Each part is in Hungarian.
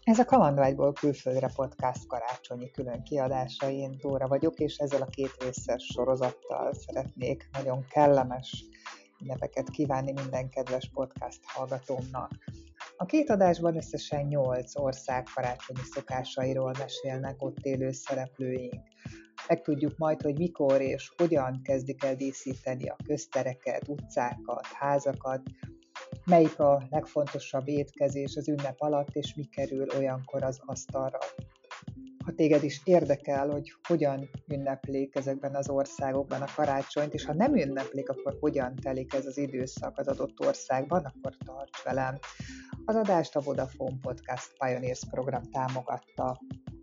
Ez a Kalandvágyból külföldre podcast karácsonyi külön kiadása, én Dóra vagyok, és ezzel a 2 részes sorozattal szeretnék nagyon kellemes ünnepeket kívánni minden kedves podcast hallgatómnak. A 2 adásban összesen 8 ország karácsonyi szokásairól mesélnek ott élő szereplőink. Megtudjuk majd, hogy mikor és hogyan kezdik el díszíteni a köztereket, utcákat, házakat, melyik a legfontosabb étkezés az ünnep alatt, és mi kerül olyankor az asztalra. Ha téged is érdekel, hogy hogyan ünneplik ezekben az országokban a karácsonyt, és ha nem ünneplik, akkor hogyan telik ez az időszak az adott országban, akkor tarts velem. Az adást a Vodafone Podcast Pioneers program támogatta.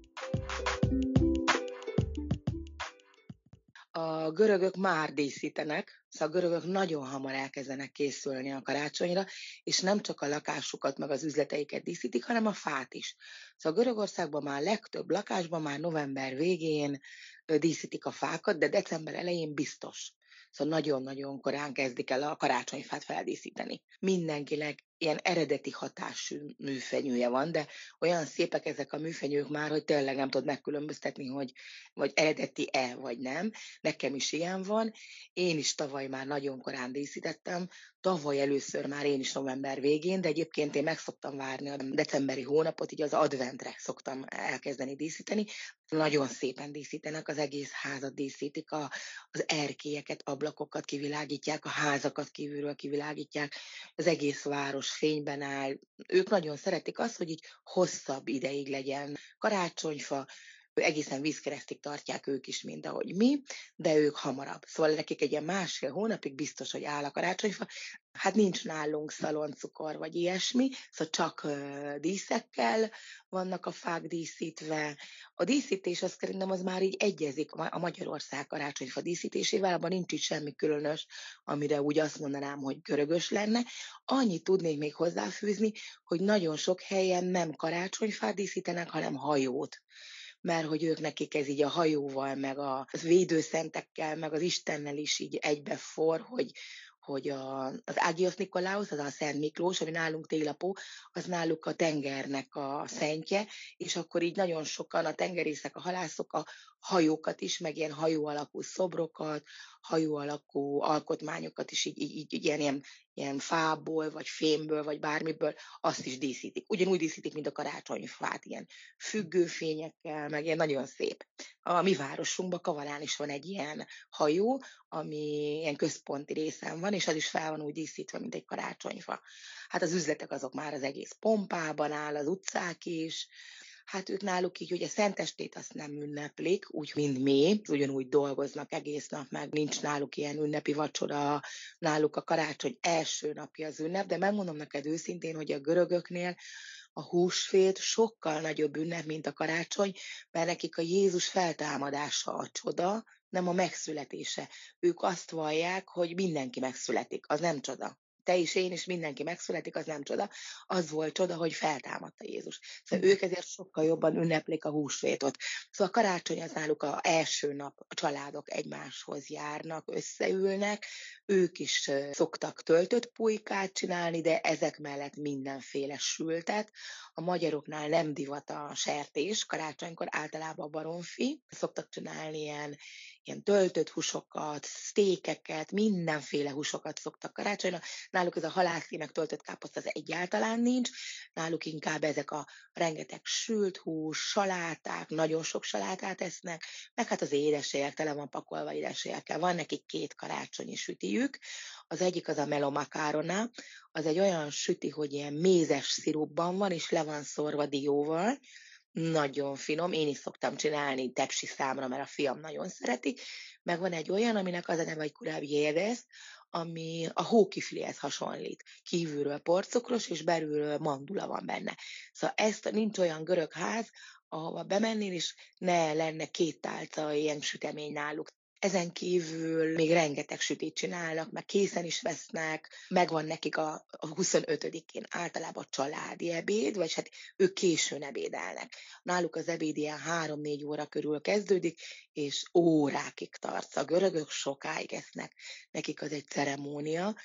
A görögök már díszítenek, szóval a görögök nagyon hamar elkezdenek készülni a karácsonyra, és nem csak a lakásukat meg az üzleteiket díszítik, hanem a fát is. Szóval Görögországban már legtöbb lakásban már november végén díszítik a fákat, de december elején biztos. Szóval nagyon-nagyon korán kezdik el a karácsonyfát feldíszíteni. Mindenkinek ilyen eredeti hatású műfenyője van, de olyan szépek ezek a műfenyők már, hogy tényleg nem tudod megkülönböztetni, hogy vagy eredeti-e, vagy nem. Nekem is ilyen van. Én is tavaly már nagyon korán díszítettem. Tavaly először már én is november végén, de egyébként én meg szoktam várni a decemberi hónapot, így az adventre szoktam elkezdeni díszíteni. Nagyon szépen díszítenek, az egész házat díszítik, az erkélyeket, ablakokat kivilágítják, a házakat kívülről kivilágítják, az egész város fényben áll. Ők nagyon szeretik azt, hogy így hosszabb ideig legyen karácsonyfa, egészen vízkeresztig tartják ők is, mint ahogy mi, de ők hamarabb. Szóval nekik egy ilyen 1,5 hónapig biztos, hogy áll a karácsonyfa. Hát nincs nálunk szaloncukor vagy ilyesmi, szóval csak díszekkel vannak a fák díszítve. A díszítés az szerintem az már így egyezik a Magyarország karácsonyfa díszítésével, abban nincs itt semmi különös, amire úgy azt mondanám, hogy görögös lenne. Annyit tudnék még hozzáfűzni, hogy nagyon sok helyen nem karácsonyfát díszítenek, hanem hajót, mert hogy ők nekik ez így a hajóval, meg a védőszentekkel, meg az Istennel is így egybefor, hogy az Ágios Nikolaus, az a Szent Miklós, ami nálunk télapó, az náluk a tengernek a szentje, és akkor így nagyon sokan a tengerészek, a halászok a hajókat is, meg ilyen hajó alakú szobrokat, hajó alakú alkotmányokat is így ilyen fából, vagy fémből, vagy bármiből, azt is díszítik. Ugyanúgy díszítik, mint a karácsonyfát, ilyen függőfényekkel, meg ilyen nagyon szép. A mi városunkban, Kavalán is van egy ilyen hajó, ami ilyen központi részen van, és az is fel van úgy díszítve, mint egy karácsonyfa. Hát az üzletek azok már az egész pompában áll, az utcák is. Hát ők náluk így, hogy a szentestét azt nem ünneplik, úgy, mint mi, ugyanúgy dolgoznak egész nap, meg nincs náluk ilyen ünnepi vacsora, náluk a karácsony első napja az ünnep, de megmondom neked őszintén, hogy a görögöknél a húsvét sokkal nagyobb ünnep, mint a karácsony, mert nekik a Jézus feltámadása a csoda, nem a megszületése. Ők azt vallják, hogy mindenki megszületik, az nem csoda. Te is, én is, mindenki megszületik, az nem csoda. Az volt csoda, hogy feltámadta Jézus. Szóval ők ezért sokkal jobban ünneplik a húsvétot. Szóval a karácsony az náluk az első nap, a családok egymáshoz járnak, összeülnek, ők is szoktak töltött pulykát csinálni, de ezek mellett mindenféle sültet. A magyaroknál nem divat a sertés, karácsonykor általában a baromfi. Szoktak csinálni ilyen töltött húsokat, sztékeket, mindenféle húsokat szoktak karácsonyra. Náluk ez a halászlé meg töltött káposzta az egyáltalán nincs. Náluk inkább ezek a rengeteg sült hús, saláták, nagyon sok salátát esznek, meg hát az édességek, tele van pakolva édességekkel. Van nekik 2 karácsonyi sütijük. Az egyik az a melomacarona, az egy olyan süti, hogy ilyen mézes szirupban van, és le van szórva dióval. Nagyon finom, én is szoktam csinálni tepsi számra, mert a fiam nagyon szereti. Meg van egy olyan, aminek az a neve, hogy kurabiedes, ami a hókiflihez hasonlít. Kívülről porcukros, és belülről mandula van benne. Szóval nincs olyan görög ház, ahova bemennél, és ne lenne 2 tálca ilyen sütemény náluk. Ezen kívül még rengeteg sütét csinálnak, meg készen is vesznek, megvan nekik a 25-én általában családi ebéd, vagy hát ők későn ebédelnek. Náluk az ebéd ilyen 3-4 óra körül kezdődik, és órákig tart. A görögök sokáig esznek, nekik az egy ceremónia.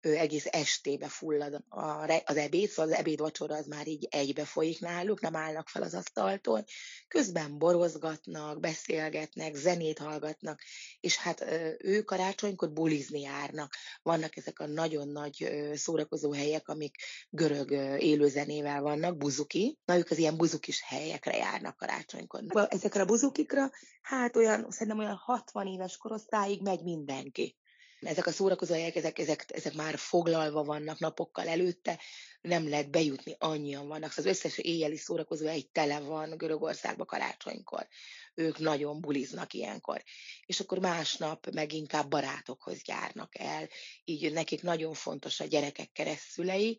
egész estébe fullad az ebéd, szóval az ebédvacsora az már így egybe folyik náluk, nem állnak fel az asztaltól, közben borozgatnak, beszélgetnek, zenét hallgatnak, és hát ők karácsonykor bulizni járnak. Vannak ezek a nagyon nagy szórakozó helyek, amik görög élőzenével vannak, buzuki, na ők az ilyen buzukis helyekre járnak karácsonykor. Ezekre a buzukikra, hát szerintem olyan 60 éves korosztályig megy mindenki. Ezek a szórakozó helyek, ezek már foglalva vannak napokkal előtte, nem lehet bejutni, annyian vannak. Szóval az összes éjjeli szórakozó hely tele van Görögországban karácsonykor. Ők nagyon buliznak ilyenkor. És akkor másnap meg inkább barátokhoz járnak el. Így nekik nagyon fontos a gyerekek keresztszülei,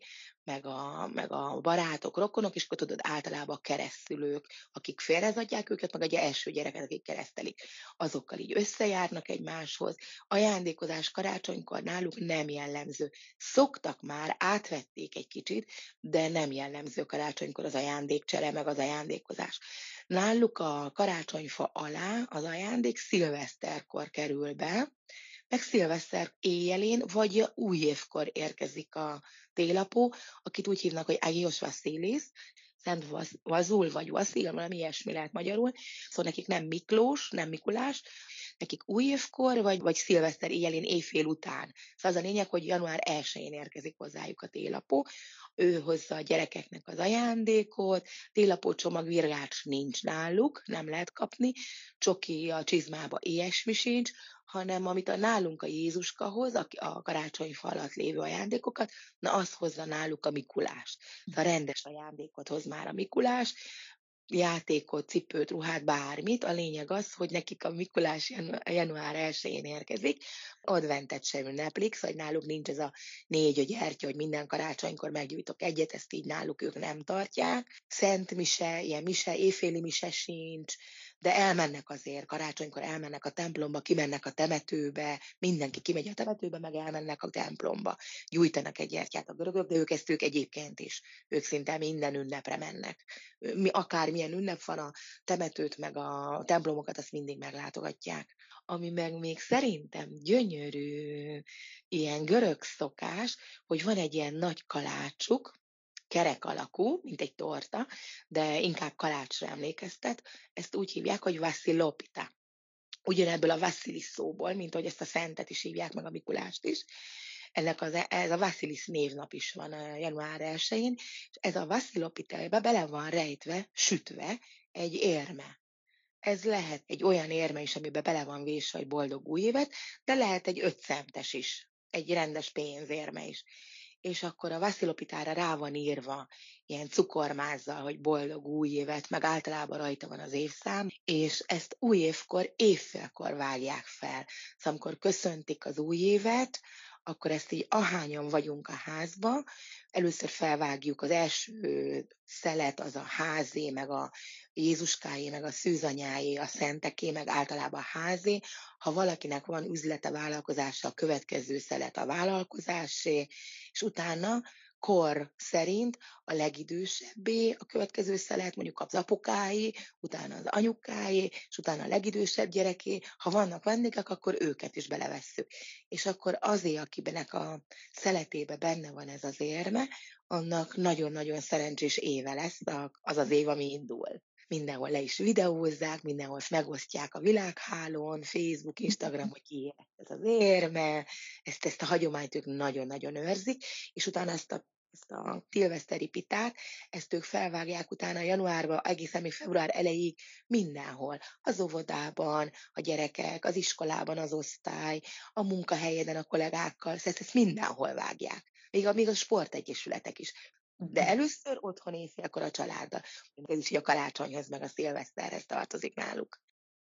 meg a barátok, rokonok, és akkor tudod, általában a keresztszülők, akik félrezadják őket, meg egy első gyereket, akik keresztelik, azokkal így összejárnak egymáshoz. Ajándékozás karácsonykor náluk nem jellemző. Szoktak már, átvették egy kicsit, de nem jellemző karácsonykor az ajándékcsere, meg az ajándékozás. Náluk a karácsonyfa alá az ajándék szilveszterkor kerül be, meg szilveszter éjjelén, vagy új évkor érkezik a télapó, akit úgy hívnak, hogy Agios Vasilis, Szent Vazul vagy Vasil, valami ilyesmi lehet magyarul, szóval nekik nem Miklós, nem Mikulás, nekik új évkor, vagy szilveszter éjjelén éjfél után. Szóval az a lényeg, hogy január 1-én érkezik hozzájuk a télapó, ő hozza a gyerekeknek az ajándékot, télapó csomag, virgács nincs náluk, nem lehet kapni, csoki a csizmába, ilyesmi sincs, hanem amit nálunk a Jézuska hoz, a karácsonyfa alatt lévő ajándékokat, na azt hozza náluk a Mikulás. A rendes ajándékot hoz már a Mikulás, játékot, cipőt, ruhát, bármit. A lényeg az, hogy nekik a Mikulás január 1-én érkezik, adventet sem ünneplik, szóval náluk nincs ez a 4 gyertya, hogy minden karácsonykor meggyújtok egyet, ezt így náluk ők nem tartják. Szent mise, ilyen mise, éjféli mise sincs, de elmennek azért, karácsonykor elmennek a templomba, kimennek a temetőbe, mindenki kimegy a temetőbe, meg elmennek a templomba. Gyújtanak egy gyertyát a görögök, de ők egyébként is. Ők szinte minden ünnepre mennek. Akármilyen ünnep van, a temetőt, meg a templomokat, azt mindig meglátogatják. Ami meg még szerintem gyönyörű ilyen görög szokás, hogy van egy ilyen nagy kalácsuk, kerek alakú, mint egy torta, de inkább kalácsra emlékeztet. Ezt úgy hívják, hogy Vassilopita. Ugyanebből a Vasszilis szóból, mint hogy ezt a szentet is hívják, meg a Mikulást is. Ez a Vasszilis névnap is van a január 1-én, és ez a Vassilopita-be bele van rejtve, sütve egy érme. Ez lehet egy olyan érme is, amiben bele van vésve, hogy boldog új évet, de lehet egy 5 centes is, egy rendes pénzérme is. És akkor a Vassilopitára rá van írva ilyen cukormázzal, hogy boldog új évet, meg általában rajta van az évszám, és ezt új évkor, évfélkor vágják fel. Szóval amikor köszöntik az új évet, akkor ezt így ahányan vagyunk a házba, először felvágjuk az első szelet, az a házé, meg a Jézuskáé, meg a szűzanyáé, a szenteké, meg általában a házé. Ha valakinek van üzlete, vállalkozása, a következő szelet a vállalkozásé, és utána kor szerint a legidősebbé, a következő szelet mondjuk az apukáé, utána az anyukáé, és utána a legidősebb gyereké. Ha vannak vendégek, akkor őket is belevesszük. És akkor azért, akinek a szeletébe benne van ez az érme, annak nagyon-nagyon szerencsés éve lesz az év, ami indul. Mindenhol le is videózzák, mindenhol megosztják a világhálón, Facebook, Instagram, hogy ki ez az érme, ezt a hagyományt ők nagyon-nagyon őrzik, és utána ezt a szilveszteri pitát, ezt ők felvágják utána januárban, egészen még február elejéig mindenhol. Az óvodában, a gyerekek, az iskolában az osztály, a munkahelyeden a kollégákkal, ezt mindenhol vágják. Még a sportegyesületek is. De először otthon éjfélkor a családdal. Ez is így a karácsonyhoz, meg a szilveszterhez tartozik náluk.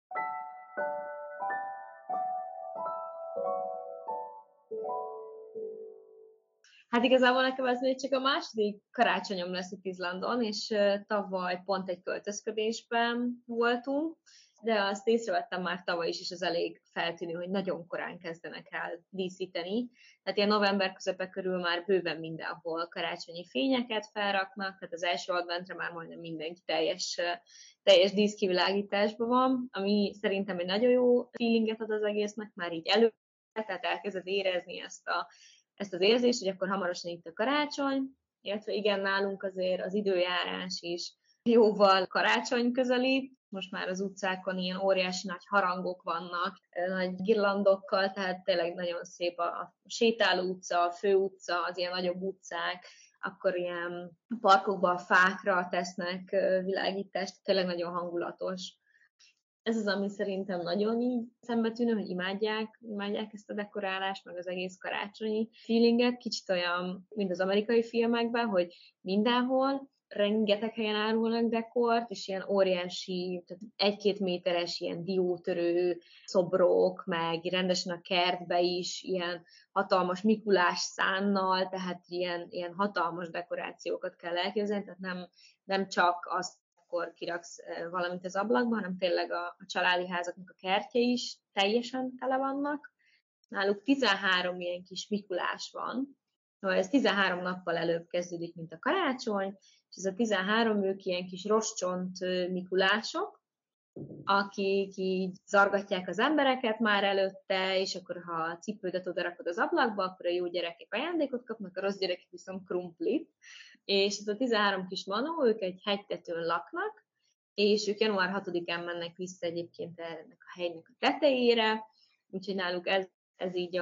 Hát igazából nekem ez még csak a második karácsonyom lesz itt Izlandon, és tavaly pont egy költözködésben voltunk, de azt észrevettem már tavaly is, és ez elég feltűnő, hogy nagyon korán kezdenek el díszíteni. Tehát ilyen november közepe körül már bőven mindenhol karácsonyi fényeket felraknak, tehát az első adventre már majdnem mindenki teljes díszkivilágításban van, ami szerintem egy nagyon jó feelinget ad az egésznek, már így előre, tehát elkezded érezni ezt az érzést, hogy akkor hamarosan itt a karácsony, illetve igen, nálunk azért az időjárás is jóval karácsony közelít. Most már az utcákon ilyen óriási nagy harangok vannak, nagy girlandokkal, tehát tényleg nagyon szép a sétáló utca, a főutca, az ilyen nagyobb utcák, akkor ilyen parkokban fákra tesznek világítást, tényleg nagyon hangulatos. Ez az, ami szerintem nagyon így szembetűnő, hogy imádják ezt a dekorálást, meg az egész karácsonyi feelinget. Kicsit olyan, mint az amerikai filmekben, hogy mindenhol rengeteg helyen árulnak dekort, és ilyen óriási, tehát 1-2 méteres ilyen diótörő szobrok, meg rendesen a kertbe is ilyen hatalmas Mikulás szánnal, tehát ilyen hatalmas dekorációkat kell elképzelni, tehát nem csak azt, akkor kiraksz valamit az ablakba, hanem tényleg a családi házaknak a kertje is teljesen tele vannak. Náluk 13 ilyen kis Mikulás van, ez 13 nappal előbb kezdődik, mint a karácsony, és ez a 13 ők ilyen kis rostcsont Mikulások, akik így zargatják az embereket már előtte, és akkor ha a cipődet odarakod az ablakba, akkor a jó gyerekek ajándékot kapnak, a rossz gyerekek viszont krumplit. És ez a 13 kis manó, ők egy hegytetőn laknak, és ők január 6-án mennek vissza egyébként ennek a hegynek a tetejére, úgyhogy náluk ez így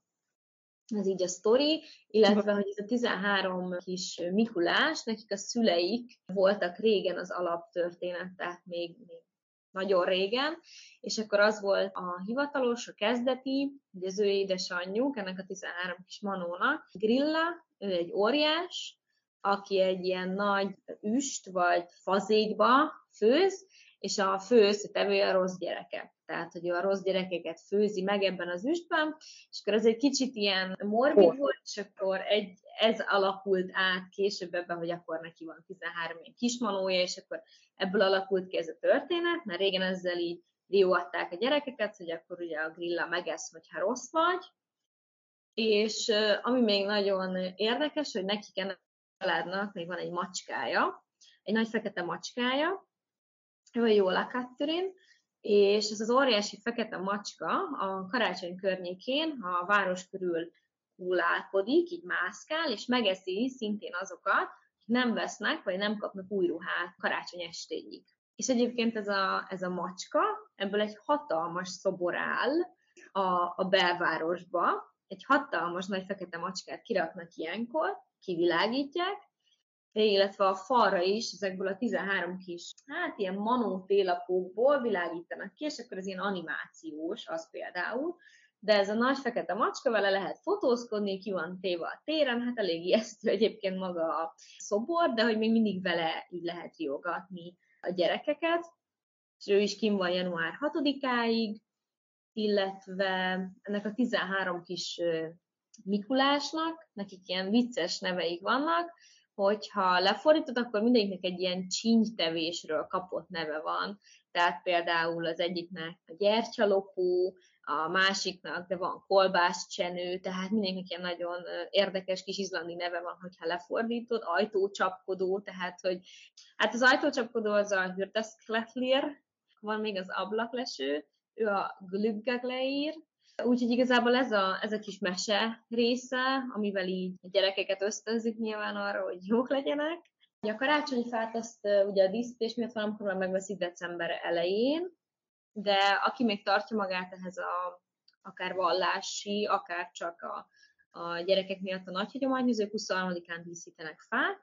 a sztori, illetve, hogy ez a 13 kis Mikulás, nekik a szüleik voltak régen az alaptörténet, tehát még nagyon régen, és akkor az volt a hivatalos, a kezdeti, hogy az ő édesanyjuk, ennek a 13 kis manónak, Grilla, ő egy óriás, aki egy ilyen nagy üst vagy fazékba főz, és a fő összetevője a rossz gyereke. Tehát, hogy a rossz gyerekeket főzi meg ebben az üstben, és akkor ez egy kicsit ilyen morbid volt, és akkor ez alakult át később ebben, hogy akkor neki van 13 ilyen kismanója, és akkor ebből alakult ki ez a történet, mert régen ezzel így riogatták a gyerekeket, hogy akkor ugye a Grilla megesz, hogyha rossz vagy. És ami még nagyon érdekes, hogy nekik ennek a családnak még van egy macskája, egy nagy fekete macskája, ő a Jóla Katturin, és ez az óriási fekete macska a karácsony környékén, ha a város körül hullálkodik, így mászkál, és megeszi szintén azokat, akik nem vesznek, vagy nem kapnak új ruhát karácsony estéig. És egyébként ez a macska, ebből egy hatalmas szobor áll a belvárosba, egy hatalmas nagy fekete macskát kiraknak ilyenkor, kivilágítják, illetve a falra is ezekből a 13 kis, ilyen manó télapókból világítanak ki, és akkor ez ilyen animációs, az például, de ez a nagy fekete macska, vele lehet fotózkodni, ki van téve a téren, hát elég ijesztő egyébként maga a szobor, de hogy még mindig vele így lehet riogatni a gyerekeket, és ő is kim van január 6-áig, illetve ennek a 13 kis Mikulásnak, nekik ilyen vicces neveik vannak, hogyha lefordítod, akkor mindegyiknek egy ilyen csínytevésről kapott neve van. Tehát például az egyiknek a gyertyalopó, a másiknak, de van kolbászcsenő, tehát mindegyiknek ilyen nagyon érdekes kis izlandi neve van, hogyha lefordítod, ajtócsapkodó, tehát hogy hát az ajtócsapkodó az a Hürdeskletlir, van még az ablakleső, ő a Glüggagleir, úgyhogy igazából ez a kis mese része, amivel így a gyerekeket ösztönzik nyilván arra, hogy jók legyenek. A karácsonyfát azt ugye a díszítés miatt valamikor már megveszik december elején, de aki még tartja magát ehhez akár vallási, akár csak a gyerekek miatt a nagy hagyomány, ők 23-án díszítenek fát,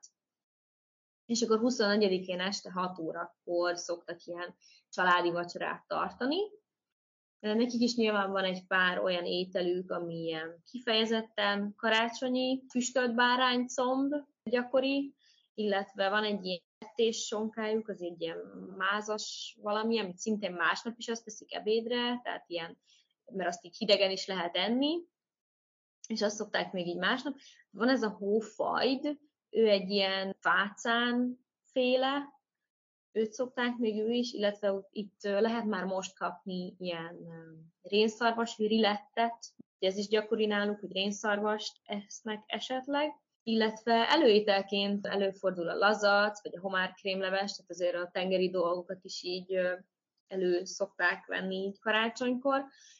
és akkor 24-én este 6 órakor szoktak ilyen családi vacsorát tartani. Nekik is nyilván van egy pár olyan ételük, ami ilyen kifejezetten karácsonyi, füstölt báránycomb gyakori, illetve van egy ilyen sonkájuk, az egy ilyen mázas valami, amit szintén másnap is azt teszik ebédre, tehát ilyen, mert azt így hidegen is lehet enni, és azt szokták még így másnap. Van ez a hófajd, ő egy ilyen fácán féle, őt szokták még ő is, illetve itt lehet már most kapni ilyen rénszarvas rilettet, ez is gyakori náluk, hogy rénszarvast esznek esetleg, illetve előételként előfordul a lazac, vagy a homárkrémleves, tehát azért a tengeri dolgokat is így elő szokták venni így karácsonykor,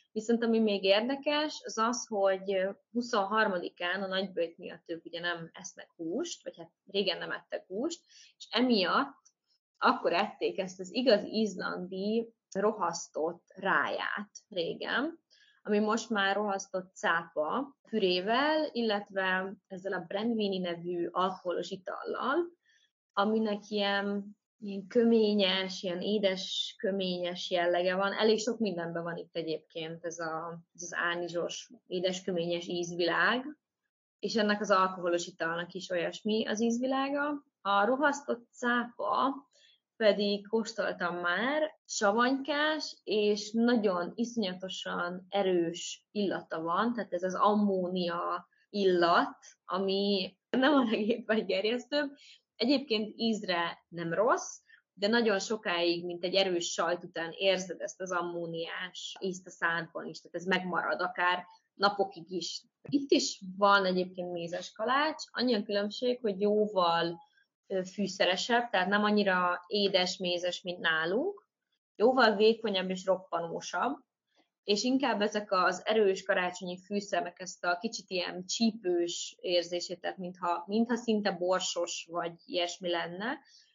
Viszont ami még érdekes, az az, hogy 23-án a nagyböjt miatt ők ugye nem esznek húst, vagy hát régen nem ettek húst, és emiatt akkor ették ezt az igaz izlandi rohasztott ráját régen, ami most már rohasztott cápa pürével, illetve ezzel a Brandvini nevű alkoholos itallal, aminek ilyen köményes, ilyen édes, köményes jellege van. Elég sok mindenben van itt egyébként ez az ánizsos, édes, köményes ízvilág, és ennek az alkoholos italnak is olyasmi az ízvilága. A rohasztott cápa pedig kóstoltam már, savanykás, és nagyon iszonyatosan erős illata van, tehát ez az ammónia illat, ami nem a legébb vagy gerjesztőbb. Egyébként ízre nem rossz, de nagyon sokáig, mint egy erős sajt után érzed ezt az ammóniás ízt a szádban is, tehát ez megmarad akár napokig is. Itt is van egyébként mézes kalács, annyi a különbség, hogy jóval fűszeresebb, tehát nem annyira édes, mézes, mint nálunk, jóval vékonyabb és roppanósabb, és inkább ezek az erős karácsonyi fűszernek ezt a kicsit ilyen csípős érzését, tehát mintha szinte borsos vagy ilyesmi lenne,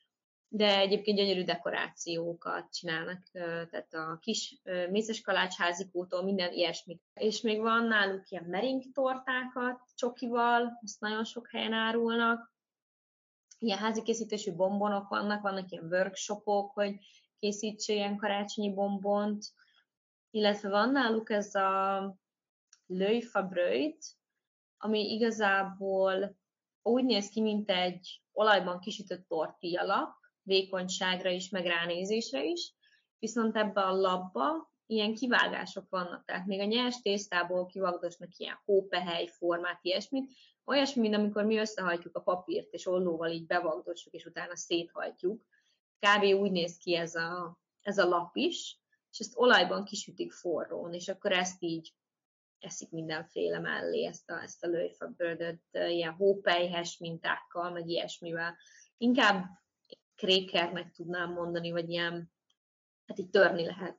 de egyébként gyönyörű dekorációkat csinálnak, tehát a kis mézes kalácsházikótól minden ilyesmit. És még van náluk ilyen mering tortákat csokival, azt nagyon sok helyen árulnak, ilyen házi készítésű bombonok vannak ilyen workshopok, hogy készítsél ilyen karácsonyi bombont, illetve van náluk ez a lőjfabröjt, ami igazából úgy néz ki, mint egy olajban kisütött tortillalap, vékonyságra is, meg ránézésre is, viszont ebbe a labba ilyen kivágások vannak, tehát még a nyers tésztából kivagdosnak ilyen hópehely formát, ilyesmit, olyasmi, mint amikor mi összehajtjuk a papírt, és ollóval így bevagdossuk, és utána széthajtjuk. Kb. Úgy néz ki ez a lap is, és ezt olajban kisütik forrón, és akkor ezt így eszik mindenféle mellé, ezt a lőjfabördöt, ilyen hópelyhes mintákkal, meg ilyesmivel. Inkább krékernek tudnám mondani, vagy ilyen, hát így törni lehet,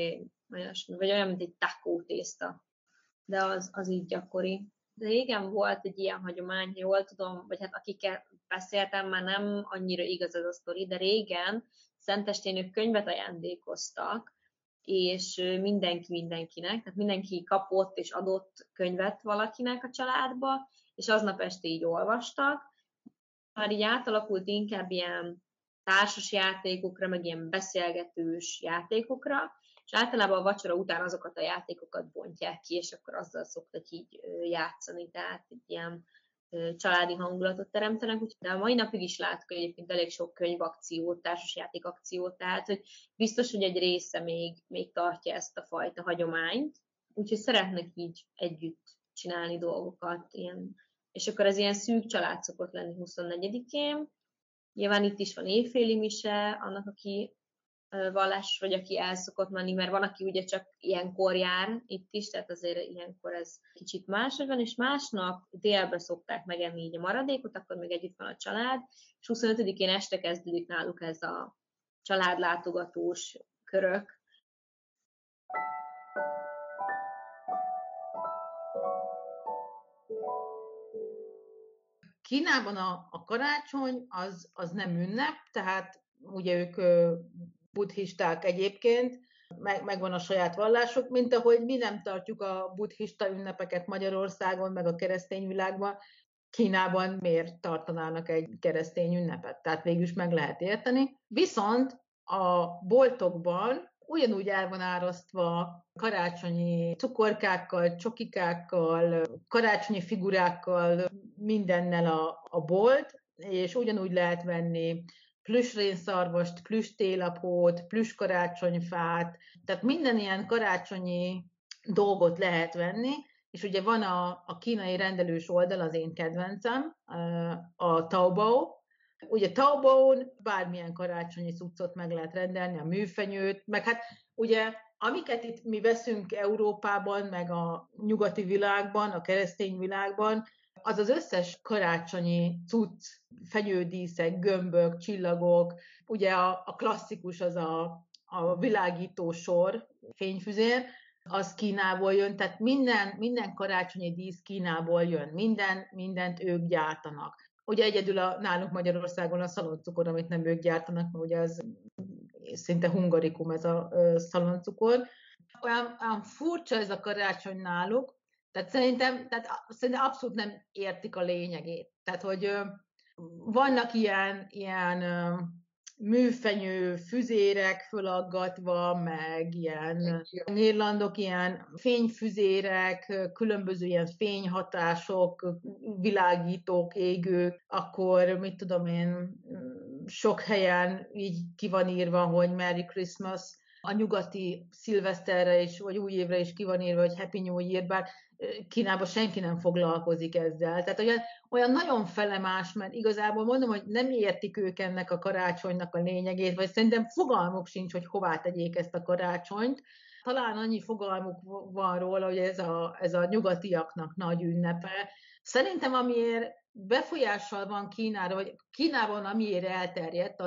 vagy olyan, mint egy taco tészta, de az így gyakori. De régen volt egy ilyen hagyomány, jól tudom, vagy hát akikkel beszéltem, már nem annyira igaz ez a sztori, de régen Szentestén ők könyvet ajándékoztak, és mindenkinek, tehát mindenki kapott és adott könyvet valakinek a családba, és aznap este így olvastak. Már így átalakult inkább ilyen társas játékokra, meg ilyen beszélgetős játékokra, és általában a vacsora után azokat a játékokat bontják ki, és akkor azzal szoktak így játszani, tehát egy ilyen családi hangulatot teremtenek, de a mai napig is látok egyébként elég sok könyvakciót, társasjáték akciót, tehát hogy biztos, hogy egy része még tartja ezt a fajta hagyományt, úgyhogy szeretnek így együtt csinálni dolgokat, és akkor ez ilyen szűk család szokott lenni 24-én. Nyilván itt is van éjféli mise, annak, aki vallás, vagy aki el szokott menni, mert van, aki ugye csak ilyenkor jár itt is, tehát azért ilyenkor ez kicsit máshogy van, és másnap délbe szokták megenni így a maradékot, akkor még együtt van a család, és 25-én este kezdődik náluk ez a családlátogatós körök. Kínában a karácsony az nem ünnep, tehát ugye ők buddhisták egyébként, megvan a saját vallásuk, mint ahogy mi nem tartjuk a buddhista ünnepeket Magyarországon, meg a keresztény világban, Kínában miért tartanának egy keresztény ünnepet? Tehát végül is meg lehet érteni. Viszont a boltokban ugyanúgy el van árasztva karácsonyi cukorkákkal, csokikákkal, karácsonyi figurákkal, mindennel a bolt, és ugyanúgy lehet venni plüssrénszarvast, plüss télapót, plüss karácsonyfát, tehát minden ilyen karácsonyi dolgot lehet venni, és ugye van a kínai rendelős oldal, az én kedvencem, a Taobao. Ugye Taobaon bármilyen karácsonyi cuccot meg lehet rendelni, a műfenyőt, meg hát ugye amiket itt mi veszünk Európában, meg a nyugati világban, a keresztény világban, az összes karácsonyi cucc, fenyődíszek, gömbök, csillagok, ugye a klasszikus az a világító sor, fényfüzér, az Kínából jön, tehát minden karácsonyi dísz Kínából jön, mindent ők gyártanak. Ugye egyedül nálunk Magyarországon a szaloncukor, amit nem ők gyártanak, mert ugye az szinte hungarikum ez a szaloncukor. Olyan furcsa ez a karácsony náluk, tehát szerintem abszolút nem értik a lényegét. Tehát, hogy vannak ilyen műfenyő füzérek fölaggatva, meg ilyen girlandok, ilyen fényfüzérek, különböző ilyen fényhatások, világítók, égők, akkor mit tudom én, sok helyen így ki van írva, hogy Merry Christmas, a nyugati szilveszterre is, vagy új évre is ki van írva, hogy Happy New Year, bár Kínában senki nem foglalkozik ezzel. Tehát olyan nagyon felemás, mert igazából mondom, hogy nem értik ők ennek a karácsonynak a lényegét, vagy szerintem fogalmuk sincs, hogy hová tegyék ezt a karácsonyt. Talán annyi fogalmuk van róla, hogy ez a nyugatiaknak nagy ünnepe. Szerintem amiért befolyással van Kínára, vagy Kínában amiért elterjedt,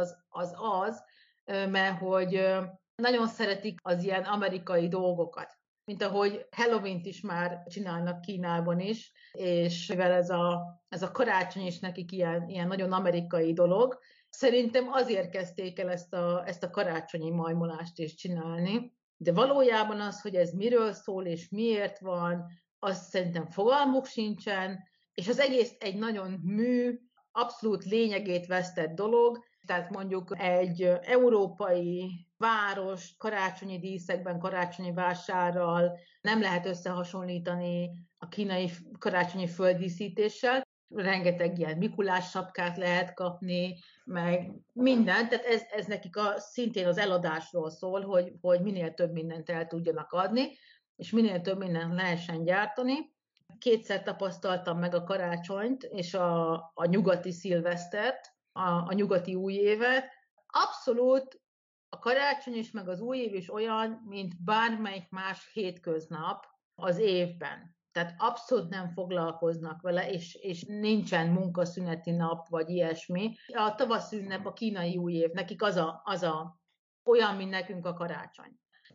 az, mert hogy nagyon szeretik az ilyen amerikai dolgokat. Mint ahogy Halloween-t is már csinálnak Kínában is, és mivel ez a karácsony is nekik ilyen nagyon amerikai dolog, szerintem azért kezdték el ezt a karácsonyi majmolást is csinálni. De valójában az, hogy ez miről szól és miért van, azt szerintem fogalmuk sincsen, és az egész egy nagyon abszolút lényegét vesztett dolog, tehát mondjuk egy európai város karácsonyi díszekben, karácsonyi vásárral nem lehet összehasonlítani a kínai karácsonyi földdíszítéssel. Rengeteg ilyen Mikulás sapkát lehet kapni, meg mindent, tehát ez nekik szintén az eladásról szól, hogy minél több mindent el tudjanak adni, és minél több mindent lehessen gyártani. Kétszer tapasztaltam meg a karácsonyt és a nyugati szilvesztert, a nyugati új évet. Abszolút a karácsony is, meg az új év is olyan, mint bármelyik más hétköznap az évben. Tehát abszolút nem foglalkoznak vele, és nincsen munkaszüneti nap, vagy ilyesmi. A tavaszi ünnep a kínai új év, nekik az olyan, mint nekünk a karácsony.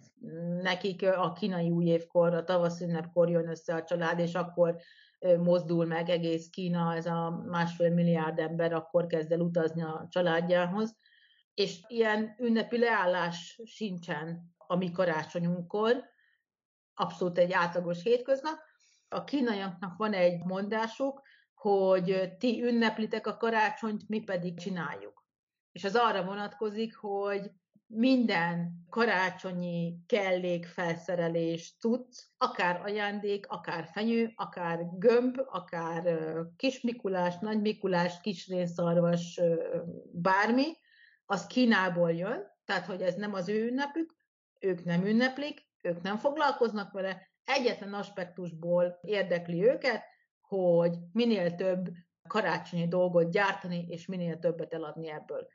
Nekik a kínai új évkor, a tavasz ünnepkor jön össze a család, és akkor mozdul meg egész Kína, ez a 1,5 milliárd ember akkor kezd el utazni a családjához, és ilyen ünnepi leállás sincsen a mi karácsonyunkkor, abszolút egy átlagos hétköznap. A kínaiaknak van egy mondásuk, hogy ti ünneplitek a karácsonyt, mi pedig csináljuk. És az arra vonatkozik, hogy minden karácsonyi kellék, felszerelés, cucc, akár ajándék, akár fenyő, akár gömb, akár kis Mikulás, nagy Mikulás, kis rénszarvas, bármi, az Kínából jön, tehát hogy ez nem az ő ünnepük, ők nem ünneplik, ők nem foglalkoznak vele, egyetlen aspektusból érdekli őket, hogy minél több karácsonyi dolgot gyártani, és minél többet eladni ebből.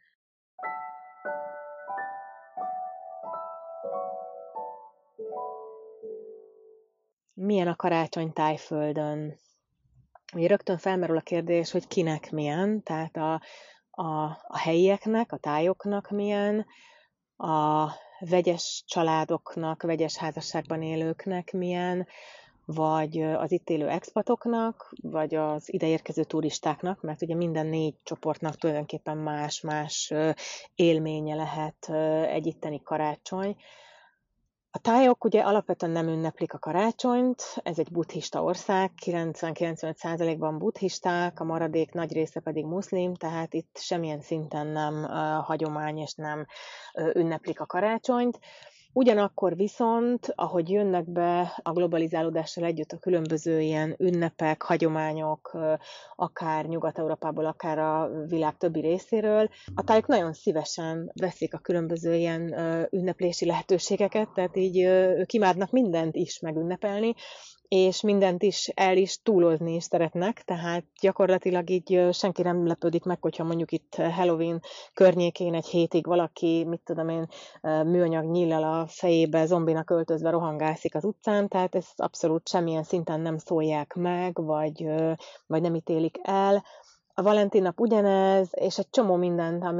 Milyen a karácsony Tájföldön? Ugye rögtön felmerül a kérdés, hogy kinek milyen, tehát a helyieknek, a tájoknak milyen, a vegyes családoknak, vegyes házasságban élőknek milyen, vagy az itt élő expatoknak, vagy az ideérkező turistáknak, mert ugye minden 4 csoportnak tulajdonképpen más-más élménye lehet egy itteni karácsony. A tájok ugye alapvetően nem ünneplik a karácsonyt, ez egy buddhista ország, 90-95%-ban buddhisták, a maradék nagy része pedig muszlim, tehát itt semmilyen szinten nem hagyomány és nem ünneplik a karácsonyt. Ugyanakkor viszont, ahogy jönnek be a globalizálódással együtt a különböző ilyen ünnepek, hagyományok, akár Nyugat-Európából, akár a világ többi részéről, a tájok nagyon szívesen veszik a különböző ilyen ünneplési lehetőségeket, tehát így ők imádnak mindent is megünnepelni, és mindent is el is túlozni is szeretnek, tehát gyakorlatilag így senki nem lepődik meg, hogyha mondjuk itt Halloween környékén egy hétig valaki, mit tudom én, műanyag nyíllal a fejébe, zombinak öltözve rohangászik az utcán, tehát ezt abszolút semmilyen szinten nem szólják meg, vagy nem ítélik el. A Valentin nap ugyanez, és egy csomó mindent, ami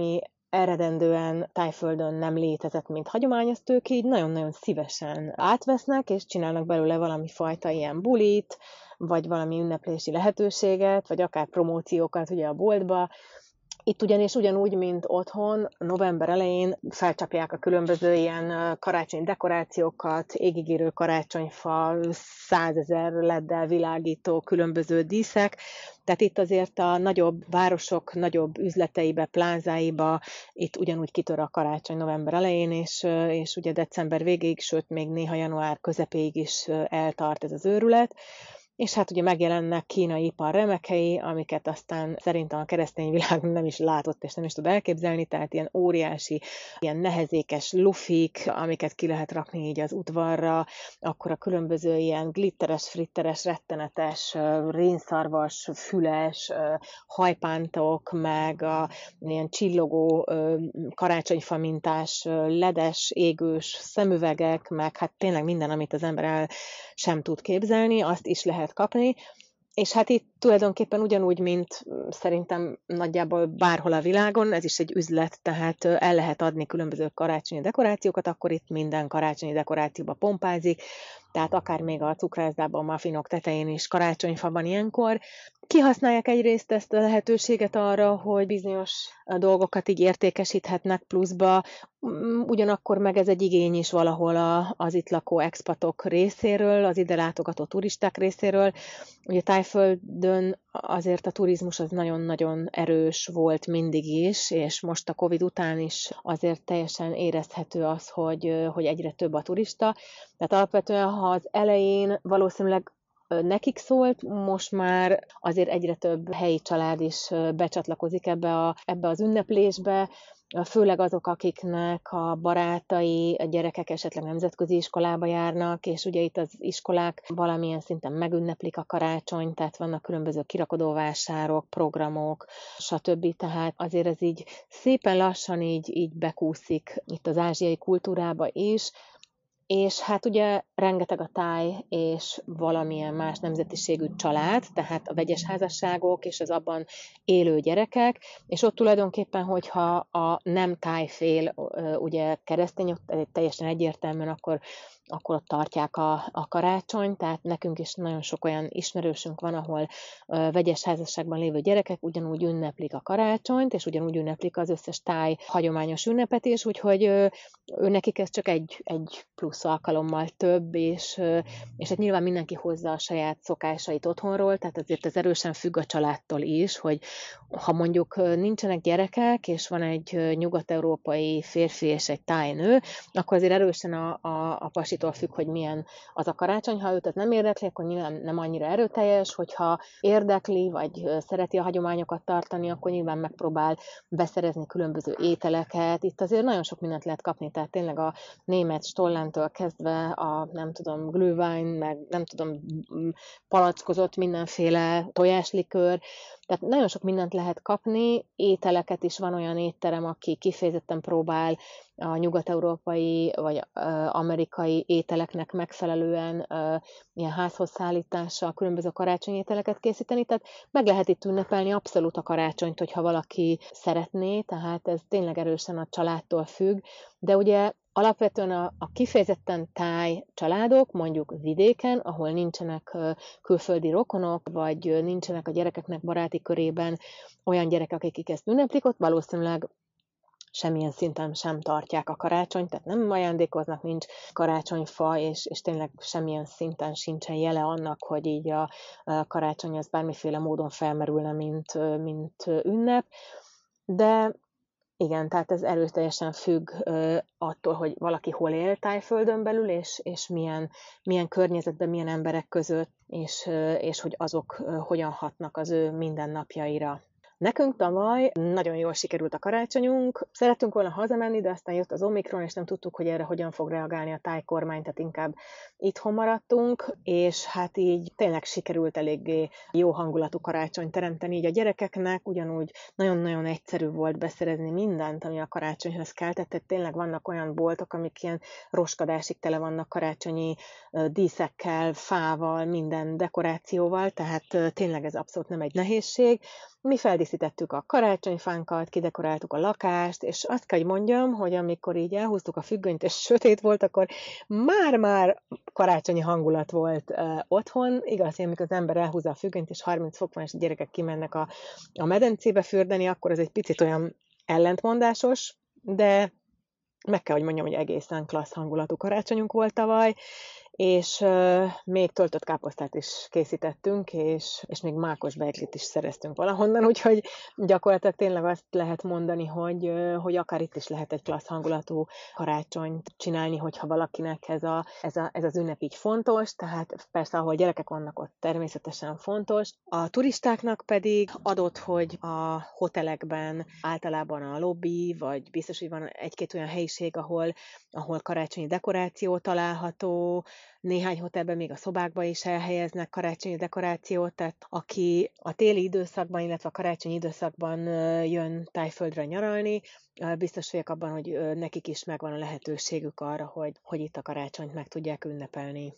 eredendően Tájföldön nem létezett, mint hagyomány, azt ők így nagyon-nagyon szívesen átvesznek, és csinálnak belőle valami fajta ilyen bulit, vagy valami ünneplési lehetőséget, vagy akár promóciókat ugye a boltba. Itt ugyanis ugyanúgy, mint otthon, november elején felcsapják a különböző ilyen karácsonyi dekorációkat, égigérő karácsonyfa, 100 000 LED-del világító különböző díszek. Tehát itt azért a nagyobb városok, nagyobb üzleteibe, plázáiba, itt ugyanúgy kitör a karácsony november elején, és ugye december végéig, sőt még néha január közepéig is eltart ez az őrület. És hát ugye megjelennek kínai ipar remekei, amiket aztán szerintem a keresztény világ nem is látott és nem is tud elképzelni, tehát ilyen óriási, ilyen nehezékes lufik, amiket ki lehet rakni így az udvarra, akkor a különböző ilyen glitteres, fritteres, rettenetes, rénszarvas, füles, hajpántok, meg a ilyen csillogó karácsonyfa mintás, ledes, égős szemüvegek, meg hát tényleg minden, amit az ember el sem tud képzelni, azt is lehet kapni, és hát itt tulajdonképpen ugyanúgy, mint szerintem nagyjából bárhol a világon, ez is egy üzlet, tehát el lehet adni különböző karácsonyi dekorációkat, akkor itt minden karácsonyi dekorációba pompázik, tehát akár még a cukrászdában, a muffinok tetején is karácsonyfa van ilyenkor. Kihasználják egyrészt ezt a lehetőséget arra, hogy bizonyos dolgokat így értékesíthetnek pluszba, ugyanakkor meg ez egy igény is valahol az itt lakó expatok részéről, az ide látogató turisták részéről. Ugye Tájföldön azért a turizmus az nagyon-nagyon erős volt mindig is, és most a Covid után is azért teljesen érezhető az, hogy egyre több a turista. Tehát alapvetően, ha az elején valószínűleg nekik szólt, most már azért egyre több helyi család is becsatlakozik ebbe az ünneplésbe, főleg azok, akiknek a barátai, a gyerekek esetleg nemzetközi iskolába járnak, és ugye itt az iskolák valamilyen szinten megünneplik a karácsonyt, tehát vannak különböző kirakodóvásárok, programok, stb. Tehát azért ez így szépen lassan így bekúszik itt az ázsiai kultúrába is, és hát ugye rengeteg a táj és valamilyen más nemzetiségű család, tehát a vegyes házasságok és az abban élő gyerekek, és ott tulajdonképpen, hogyha a nem tájfél ugye keresztény, ott teljesen egyértelműen akkor ott tartják a karácsonyt, tehát nekünk is nagyon sok olyan ismerősünk van, ahol vegyes házasságban lévő gyerekek ugyanúgy ünneplik a karácsonyt, és ugyanúgy ünneplik az összes táj hagyományos ünnepet is, úgyhogy nekik ez csak egy plusz alkalommal több, és hát nyilván mindenki hozza a saját szokásait otthonról, tehát azért ez erősen függ a családtól is, hogy ha mondjuk nincsenek gyerekek, és van egy nyugat-európai férfi és egy tájnő, akkor azért erősen a pasitól függ, hogy milyen az a karácsony. Ha őt ez nem érdekli, akkor nyilván nem annyira erőteljes, hogyha érdekli, vagy szereti a hagyományokat tartani, akkor nyilván megpróbál beszerezni különböző ételeket. Itt azért nagyon sok mindent lehet kapni, tehát tényleg a német stollentől kezdve a, nem tudom, glühwein, meg nem tudom, palackozott mindenféle tojáslikőr, tehát nagyon sok mindent lehet kapni, ételeket is, van olyan étterem, aki kifejezetten próbál a nyugat-európai vagy amerikai ételeknek megfelelően ilyen házhoz szállítással különböző karácsonyi ételeket készíteni, tehát meg lehet itt ünnepelni abszolút a karácsonyt, hogyha valaki szeretné, tehát ez tényleg erősen a családtól függ, de ugye alapvetően a kifejezetten táj családok, mondjuk vidéken, ahol nincsenek külföldi rokonok, vagy nincsenek a gyerekeknek baráti körében olyan gyerekek, akik ezt ünneplik, ott valószínűleg semmilyen szinten sem tartják a karácsonyt, tehát nem ajándékoznak, nincs karácsonyfa, és tényleg semmilyen szinten sincsen jele annak, hogy így a karácsony az bármiféle módon felmerülne, mint ünnep. De igen, tehát ez erőteljesen függ attól, hogy valaki hol él Tájföldön belül, és milyen környezetben, milyen emberek között, és hogy azok hogyan hatnak az ő mindennapjaira. Nekünk tavaly nagyon jól sikerült a karácsonyunk, szerettünk volna hazamenni, de aztán jött az Omikron, és nem tudtuk, hogy erre hogyan fog reagálni a tájkormány, tehát inkább itthon maradtunk, és hát így tényleg sikerült eléggé jó hangulatú karácsonyt teremteni így a gyerekeknek, ugyanúgy nagyon-nagyon egyszerű volt beszerezni mindent, ami a karácsonyhoz kell, tehát tényleg vannak olyan boltok, amik ilyen roskadásig tele vannak karácsonyi díszekkel, fával, minden dekorációval, tehát tényleg ez abszolút nem egy nehézség. Mi feldíszítettük a karácsonyfánkat, kidekoráltuk a lakást, és azt kell, hogy mondjam, hogy amikor így elhúztuk a függönyt, és sötét volt, akkor már karácsonyi hangulat volt otthon. Igaz, hogy amikor az ember elhúzza a függönyt, és 30 fok van, és a gyerekek kimennek a medencébe fürdeni, akkor ez egy picit olyan ellentmondásos, de meg kell, hogy mondjam, hogy egészen klassz hangulatú karácsonyunk volt tavaly, és még töltött káposztát is készítettünk, és még mákos beiglit is szereztünk valahonnan, úgyhogy gyakorlatilag tényleg azt lehet mondani, hogy akár itt is lehet egy klassz hangulatú karácsonyt csinálni, hogyha valakinek ez az ünnep így fontos, tehát persze, ahol gyerekek vannak, ott természetesen fontos. A turistáknak pedig adott, hogy a hotelekben általában a lobby, vagy biztos, hogy van egy-két olyan helyiség, ahol karácsonyi dekoráció található, néhány hotelben még a szobákba is elhelyeznek karácsonyi dekorációt, tehát aki a téli időszakban, illetve a karácsonyi időszakban jön Thaiföldre nyaralni, biztos vagyok abban, hogy nekik is megvan a lehetőségük arra, hogy itt a karácsonyt meg tudják ünnepelni.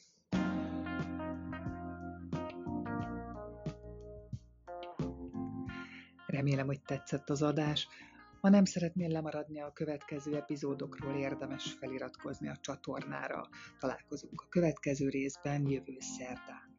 Remélem, hogy tetszett az adás. Ha nem szeretnél lemaradni a következő epizódokról, érdemes feliratkozni a csatornára. Találkozunk a következő részben jövő szerdán.